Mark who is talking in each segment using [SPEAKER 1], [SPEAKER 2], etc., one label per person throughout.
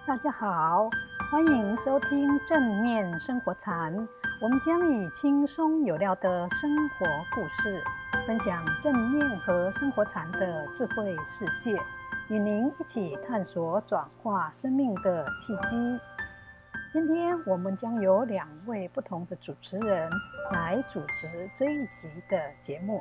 [SPEAKER 1] 大家好，欢迎收听正念生活禅。我们将以轻松有料的生活故事，分享正念和生活禅的智慧世界，与您一起探索转化生命的契机。今天我们将有2位不同的主持人来主持这一集的节目。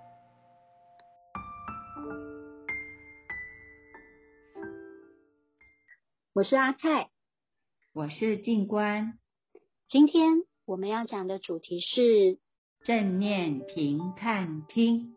[SPEAKER 2] 我是阿蔡，
[SPEAKER 3] 我是静观。
[SPEAKER 2] 今天我们要讲的主题是
[SPEAKER 3] 正念停看听。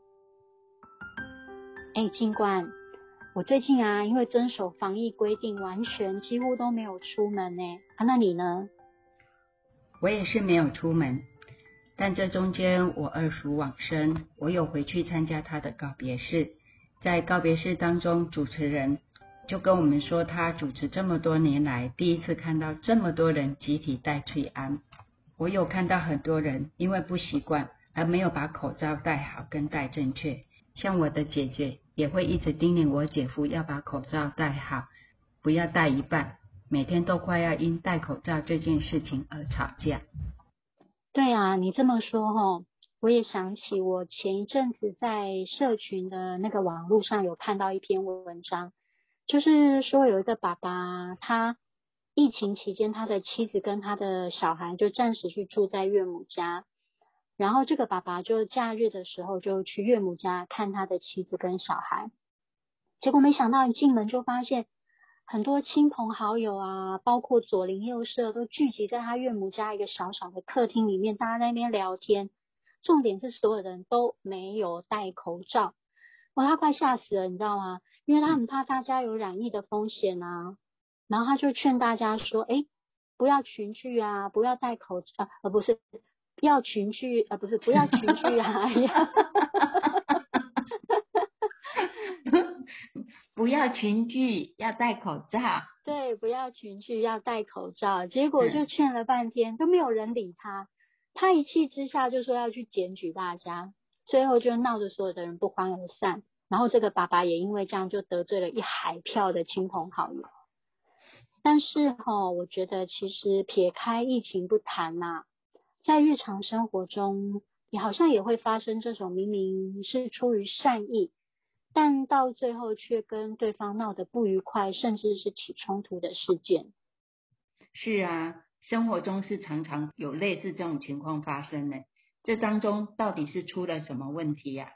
[SPEAKER 2] 静观，我最近因为遵守防疫规定，完全几乎都没有出门那你呢？
[SPEAKER 3] 我也是没有出门，但这中间我二叔往生，我有回去参加他的告别式。在告别式当中，主持人就跟我们说，他主持这么多年来第一次看到这么多人集体戴翠安。我有看到很多人因为不习惯而没有把口罩戴好跟戴正确，像我的姐姐也会一直叮咛我姐夫要把口罩戴好，不要戴一半，每天都快要因戴口罩这件事情而吵架。
[SPEAKER 2] 对啊，你这么说我也想起我前一阵子在社群的那个网络上有看到一篇文章，就是说有一个爸爸，他疫情期间他的妻子跟他的小孩就暂时去住在岳母家，然后这个爸爸就假日的时候就去岳母家看他的妻子跟小孩，结果没想到一进门就发现很多亲朋好友包括左邻右舍都聚集在他岳母家一个小小的客厅里面，大家在那边聊天，重点是所有人都没有戴口罩。他快吓死了，你知道吗？因为他很怕大家有染疫的风险然后他就劝大家说不要群聚不要戴口罩不是要群聚不是不要群聚
[SPEAKER 3] 不要群聚，要戴口罩。
[SPEAKER 2] 对，不要群聚，要戴口罩。结果就劝了半天都没有人理他，他一气之下就说要去检举大家，最后就闹得所有的人不欢而散。然后这个爸爸也因为这样就得罪了一海票的亲朋好友。但是我觉得其实撇开疫情不谈在日常生活中你好像也会发生这种明明是出于善意，但到最后却跟对方闹得不愉快，甚至是起冲突的事件。
[SPEAKER 3] 是啊，生活中是常常有类似这种情况发生的，这当中到底是出了什么问题呀？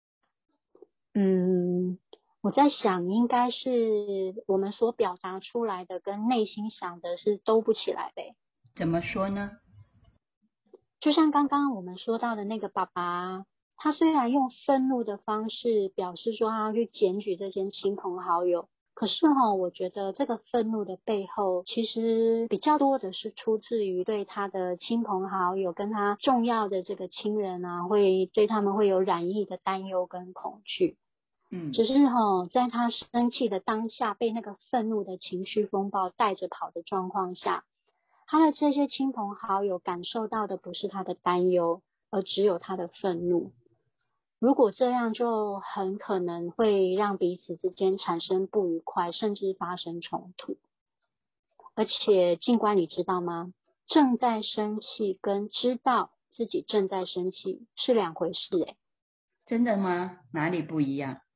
[SPEAKER 2] 我在想应该是我们所表达出来的跟内心想的是兜不起来的。
[SPEAKER 3] 怎么说呢？
[SPEAKER 2] 就像刚刚我们说到的那个爸爸，他虽然用愤怒的方式表示说他要去检举这些亲朋好友，可是我觉得这个愤怒的背后其实比较多的是出自于对他的亲朋好友跟他重要的这个亲人会对他们会有染疫的担忧跟恐惧。只是在他生气的当下，被那个愤怒的情绪风暴带着跑的状况下，他的这些亲朋好友感受到的不是他的担忧，而只有他的愤怒。如果这样，就很可能会让彼此之间产生不愉快，甚至发生冲突。而且静观你知道吗？正在生气跟知道自己正在生气是2回事
[SPEAKER 3] 真的吗？哪里不一样？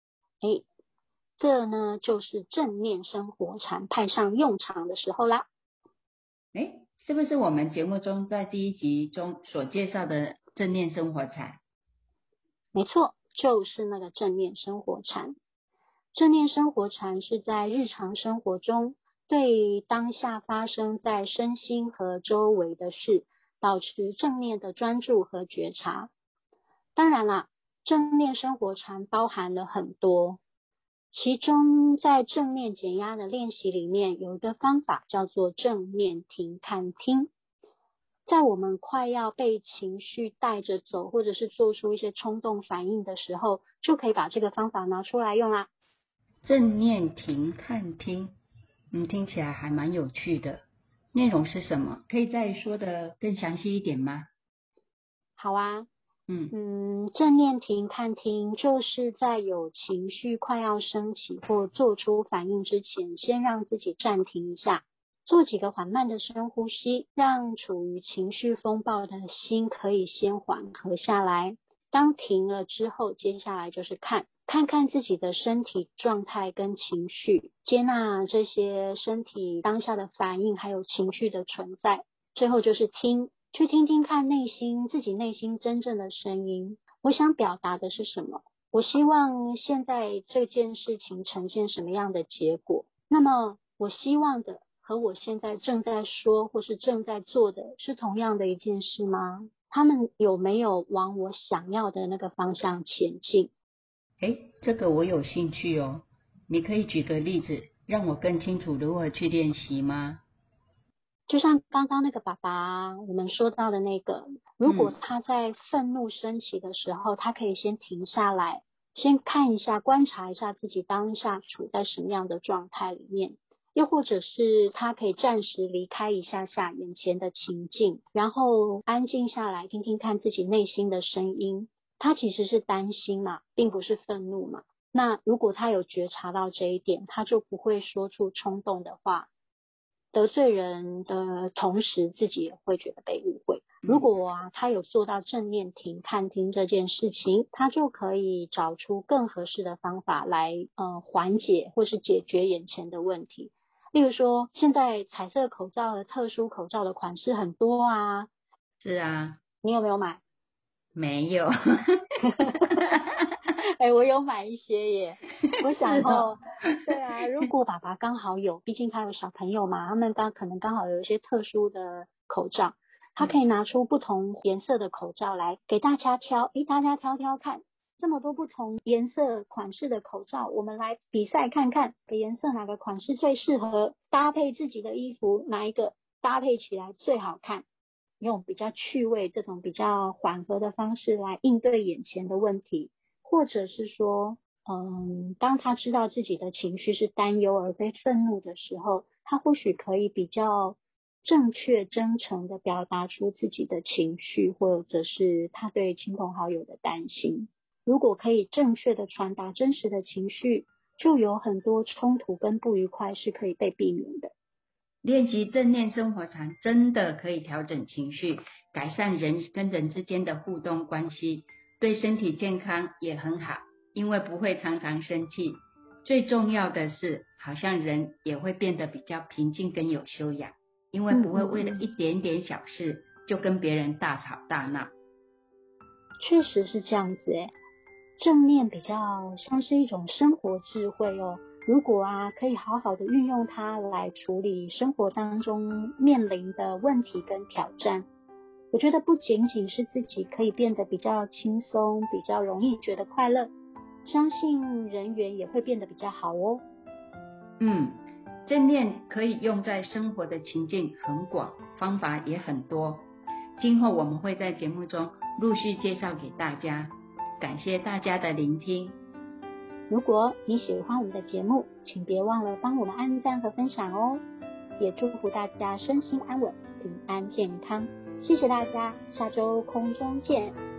[SPEAKER 2] 这呢就是正念生活禅派上用场的时候啦。
[SPEAKER 3] 是不是我们节目中在第1集中所介绍的正念生活禅？
[SPEAKER 2] 没错，就是那个正念生活禅。正念生活禅是在日常生活中对当下发生在身心和周围的事保持正念的专注和觉察。当然啦，正念生活禅包含了很多，其中在正念减压的练习里面有一个方法叫做正念停看听。在我们快要被情绪带着走，或者是做出一些冲动反应的时候，就可以把这个方法拿出来用啦。
[SPEAKER 3] 正念停看听，听起来还蛮有趣的。内容是什么？可以再说的更详细一点吗？
[SPEAKER 2] 好啊， 正念停看听，就是在有情绪快要升起或做出反应之前，先让自己暂停一下，做几个缓慢的深呼吸，让处于情绪风暴的心可以先缓和下来。当停了之后，接下来就是看看自己的身体状态跟情绪，接纳这些身体当下的反应还有情绪的存在。最后就是去听听看自己内心真正的声音，我想表达的是什么，我希望现在这件事情呈现什么样的结果，那么我希望的和我现在正在说或是正在做的是同样的一件事吗？他们有没有往我想要的那个方向前进？
[SPEAKER 3] 这个我有兴趣哦，你可以举个例子让我更清楚如何去练习吗？
[SPEAKER 2] 就像刚刚那个爸爸我们说到的那个，如果他在愤怒升起的时候，他可以先停下来，先看一下观察一下自己当下处在什么样的状态里面，又或者是他可以暂时离开一下眼前的情境，然后安静下来听听看自己内心的声音。他其实是担心嘛，并不是愤怒嘛。那如果他有觉察到这一点，他就不会说出冲动的话，得罪人的同时自己也会觉得被误会。如果他有做到正念停看听这件事情，他就可以找出更合适的方法来缓解或是解决眼前的问题。例如说，现在彩色口罩和特殊口罩的款式很多啊。
[SPEAKER 3] 是啊。
[SPEAKER 2] 你有没有买？
[SPEAKER 3] 没有。
[SPEAKER 2] 我有买一些耶。我想对啊，如果爸爸刚好有，毕竟他有小朋友嘛，他们可能刚好有一些特殊的口罩，他可以拿出不同颜色的口罩来给大家挑，大家挑挑看，这么多不同颜色款式的口罩，我们来比赛看看，颜色哪个款式最适合搭配自己的衣服，哪一个搭配起来最好看，用比较趣味这种比较缓和的方式来应对眼前的问题。或者是说当他知道自己的情绪是担忧而非愤怒的时候，他或许可以比较正确真诚的表达出自己的情绪，或者是他对亲朋好友的担心。如果可以正确的传达真实的情绪，就有很多冲突跟不愉快是可以被避免的。
[SPEAKER 3] 练习正念生活禅真的可以调整情绪，改善人跟人之间的互动关系，对身体健康也很好，因为不会常常生气。最重要的是，好像人也会变得比较平静跟有修养，因为不会为了一点点小事就跟别人大吵大闹。
[SPEAKER 2] 确实是这样子正念比较像是一种生活智慧如果可以好好的运用它来处理生活当中面临的问题跟挑战，我觉得不仅仅是自己可以变得比较轻松，比较容易觉得快乐，相信人缘也会变得比较好
[SPEAKER 3] 正念可以用在生活的情境很广，方法也很多，今后我们会在节目中陆续介绍给大家。感谢大家的聆听。
[SPEAKER 2] 如果你喜欢我们的节目，请别忘了帮我们按赞和分享也祝福大家身心安稳，平安健康。谢谢大家，下周空中见。